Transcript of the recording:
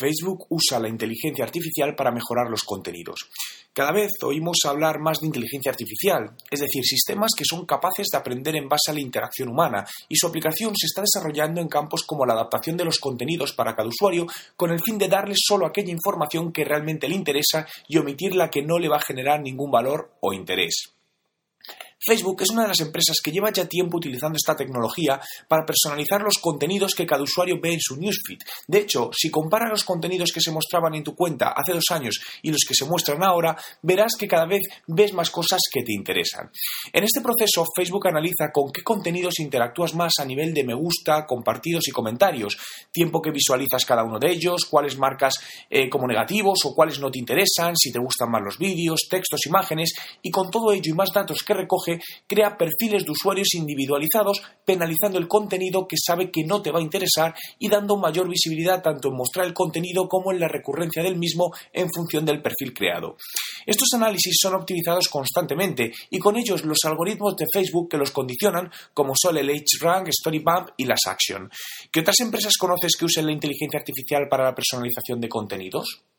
Facebook usa la inteligencia artificial para mejorar los contenidos. Cada vez oímos hablar más de inteligencia artificial, es decir, sistemas que son capaces de aprender en base a la interacción humana, y su aplicación se está desarrollando en campos como la adaptación de los contenidos para cada usuario con el fin de darle solo aquella información que realmente le interesa y omitir la que no le va a generar ningún valor o interés. Facebook es una de las empresas que lleva ya tiempo utilizando esta tecnología para personalizar los contenidos que cada usuario ve en su newsfeed. De hecho, si comparas los contenidos que se mostraban en tu cuenta hace 2 años y los que se muestran ahora, verás que cada vez ves más cosas que te interesan. En este proceso, Facebook analiza con qué contenidos interactúas más a nivel de me gusta, compartidos y comentarios, tiempo que visualizas cada uno de ellos, cuáles marcas como negativos o cuáles no te interesan, si te gustan más los vídeos, textos, imágenes, y con todo ello y más datos que recoge, crea perfiles de usuarios individualizados, penalizando el contenido que sabe que no te va a interesar y dando mayor visibilidad tanto en mostrar el contenido como en la recurrencia del mismo en función del perfil creado. Estos análisis son optimizados constantemente y con ellos los algoritmos de Facebook que los condicionan, como son el HRank, StoryBump y las Action. ¿Qué otras empresas conoces que usen la inteligencia artificial para la personalización de contenidos?